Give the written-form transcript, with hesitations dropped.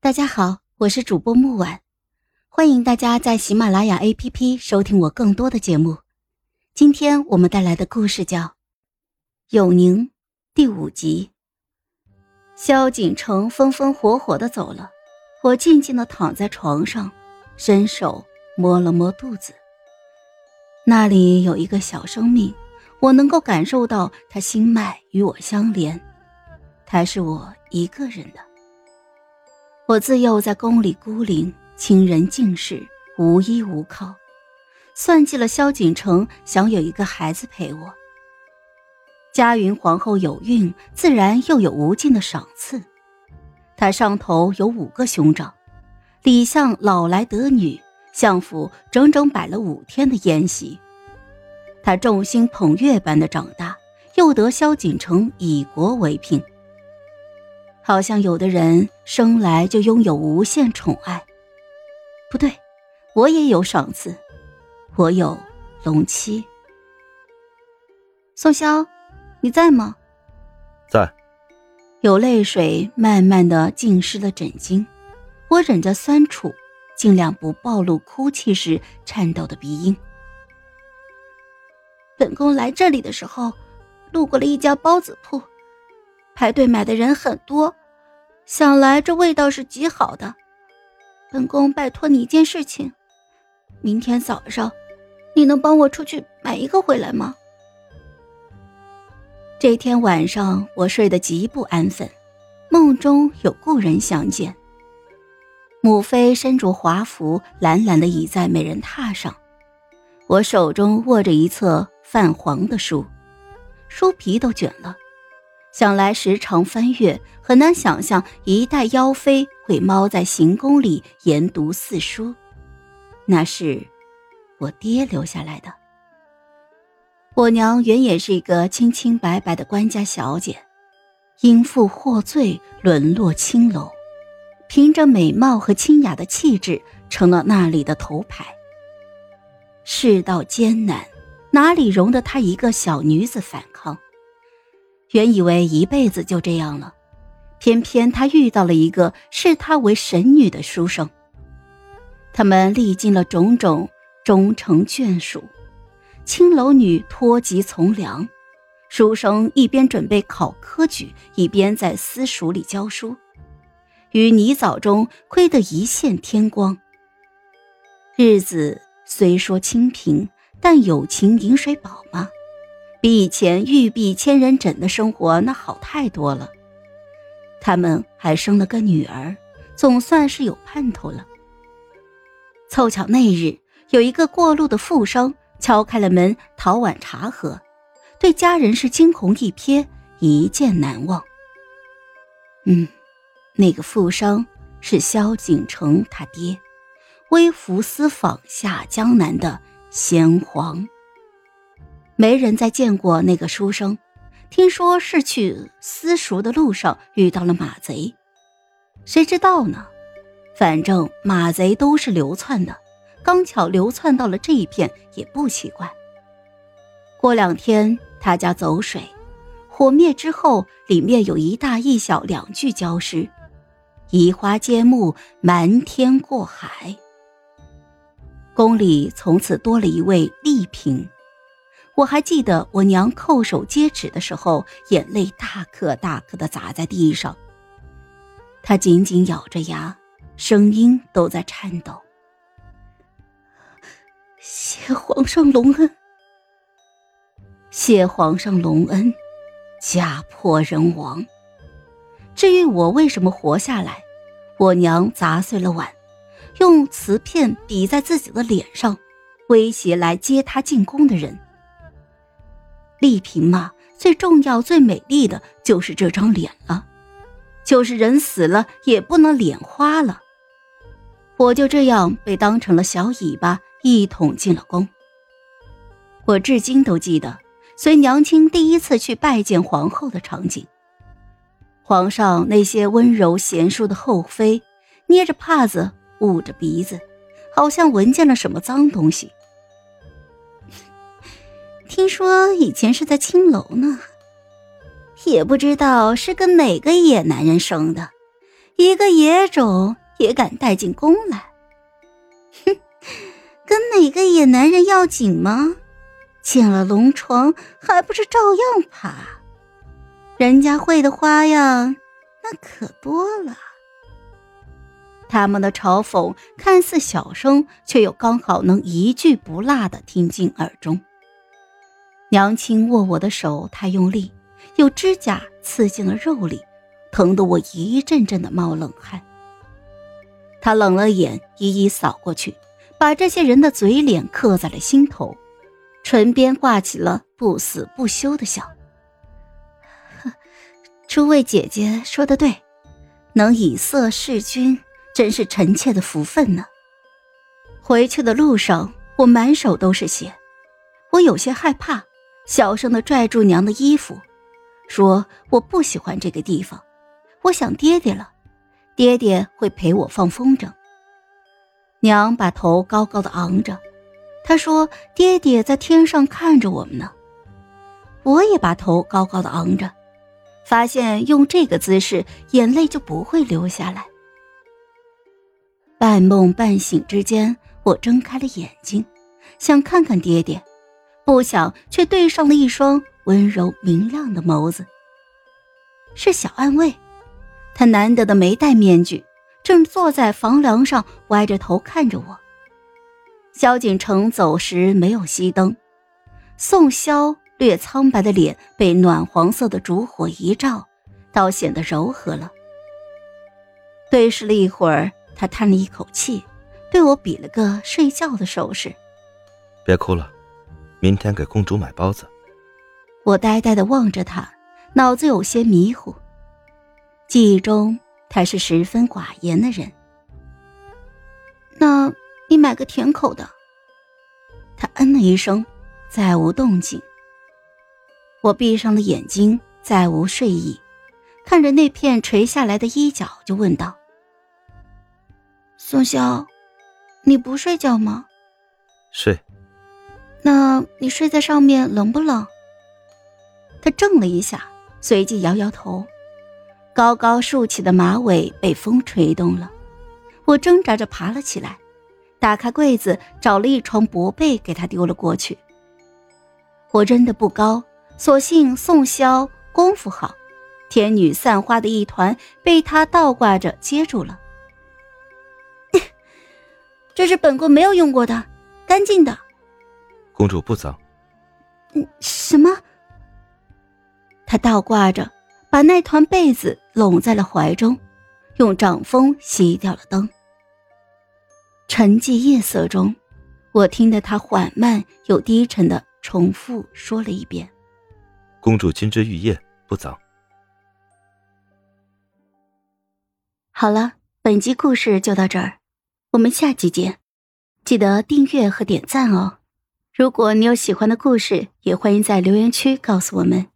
大家好，我是主播木婉，欢迎大家在喜马拉雅 APP 收听我更多的节目。今天我们带来的故事叫《永宁》第5集。萧景城风风火火地走了，我静静地躺在床上，伸手摸了摸肚子。那里有一个小生命，我能够感受到他心脉与我相连，他是我一个人的。我自幼在宫里孤零，亲人尽逝，无依无靠，算计了萧景城，想有一个孩子陪我。嘉云皇后有孕，自然又有无尽的赏赐。她上头有5个兄长，李相老来得女，相府整整摆了5天的宴席。她众星捧月般的长大，又得萧景城以国为聘。好像有的人生来就拥有无限宠爱，不对，我也有赏赐，我有龙妻。宋萧，你在吗？ 在。 有泪水慢慢地浸湿了枕巾，我忍着酸楚，尽量不暴露哭泣时颤抖的鼻音。本宫来这里的时候，路过了一家包子铺，排队买的人很多，想来这味道是极好的。本宫拜托你一件事情，明天早上你能帮我出去买一个回来吗？这天晚上我睡得极不安分，梦中有故人相见。母妃身着华服，懒懒地倚在美人榻上，我手中握着一册泛黄的书，书皮都卷了。想来时常翻阅，很难想象一代妖妃会猫在行宫里研读四书，那是我爹留下来的。我娘原也是一个清清白白的官家小姐，因父获罪沦落青楼，凭着美貌和清雅的气质成了那里的头牌。世道艰难，哪里容得她一个小女子反抗？原以为一辈子就这样了，偏偏她遇到了一个视她为神女的书生。他们历经了种种，终成眷属。青楼女托疾从良，书生一边准备考科举，一边在私塾里教书，于泥沼中窥得一线天光。日子虽说清贫，但有情饮水饱嘛，比以前玉臂千人枕的生活那好太多了。他们还生了个女儿，总算是有盼头了。凑巧那日有一个过路的富商敲开了门讨碗茶喝，对家人是惊鸿一瞥，一见难忘。那个富商是萧景城他爹，微服私访下江南的先皇。没人再见过那个书生，听说是去私塾的路上遇到了马贼。谁知道呢？反正马贼都是流窜的，刚巧流窜到了这一片也不奇怪。过2天他家走水，火灭之后，里面有一大一小2具焦尸，移花接木，瞒天过海。宫里从此多了一位丽嫔。我还记得我娘叩首接旨的时候，眼泪大颗大颗地砸在地上，她紧紧咬着牙，声音都在颤抖。谢皇上隆恩，谢皇上隆恩，家破人亡。至于我为什么活下来，我娘砸碎了碗，用瓷片抵在自己的脸上，威胁来接她进宫的人。丽嫔嘛，最重要最美丽的就是这张脸了，就是人死了也不能脸花了。我就这样被当成了小尾巴，一捅进了宫。我至今都记得随娘亲第一次去拜见皇后的场景。皇上那些温柔贤淑的后妃捏着帕子捂着鼻子，好像闻见了什么脏东西。听说以前是在青楼呢，也不知道是跟哪个野男人生的， 一个野种也敢带进宫来？哼，跟哪个野男人要紧吗？进了龙床还不是照样爬？人家会的花样那可多了。他们的嘲讽看似小声，却又刚好能一句不落地听进耳中。娘亲握我的手太用力，有指甲刺进了肉里，疼得我一阵阵的冒冷汗。她冷了眼，一一扫过去，把这些人的嘴脸刻在了心头，唇边挂起了不死不休的笑。诸位姐姐说得对，能以色侍君，真是臣妾的福分呢。回去的路上，我满手都是血，我有些害怕，小声地拽住娘的衣服，说我不喜欢这个地方，我想爹爹了，爹爹会陪我放风筝。娘把头高高的昂着，她说爹爹在天上看着我们呢。我也把头高高的昂着，发现用这个姿势眼泪就不会流下来。半梦半醒之间，我睁开了眼睛，想看看爹爹，不想却对上了一双温柔明亮的眸子。是小暗卫，他难得的没戴面具，正坐在房梁上歪着头看着我。萧锦城走时没有熄灯，宋萧略苍白的脸被暖黄色的烛火一照，倒显得柔和了。对视了一会儿，他叹了一口气，对我比了个睡觉的手势。 别哭了，明天给公主买包子。 我呆呆地望着他，脑子有些迷糊。记忆中他是十分寡言的人。那你买个甜口的。他嗯了一声，再无动静。我闭上了眼睛，再无睡意，看着那片垂下来的衣角就问道：宋萧，你不睡觉吗？ 睡。 那你睡在上面冷不冷？他怔了一下，随即摇摇头。高高竖起的马尾被风吹动了，我挣扎着爬了起来，打开柜子找了一床薄被给他丢了过去。我扔得不高，所幸宋萧功夫好，天女散花的一团被他倒挂着接住了。这是本宫没有用过的，干净的。 公主不脏。 什么？他倒挂着，把那团被子拢在了怀中，用掌风熄掉了灯。沉寂夜色中，我听得他缓慢又低沉地重复说了一遍： 公主金枝玉叶，不脏。 好了，本集故事就到这儿，我们下集见，记得订阅和点赞哦。如果你有喜欢的故事，也欢迎在留言区告诉我们。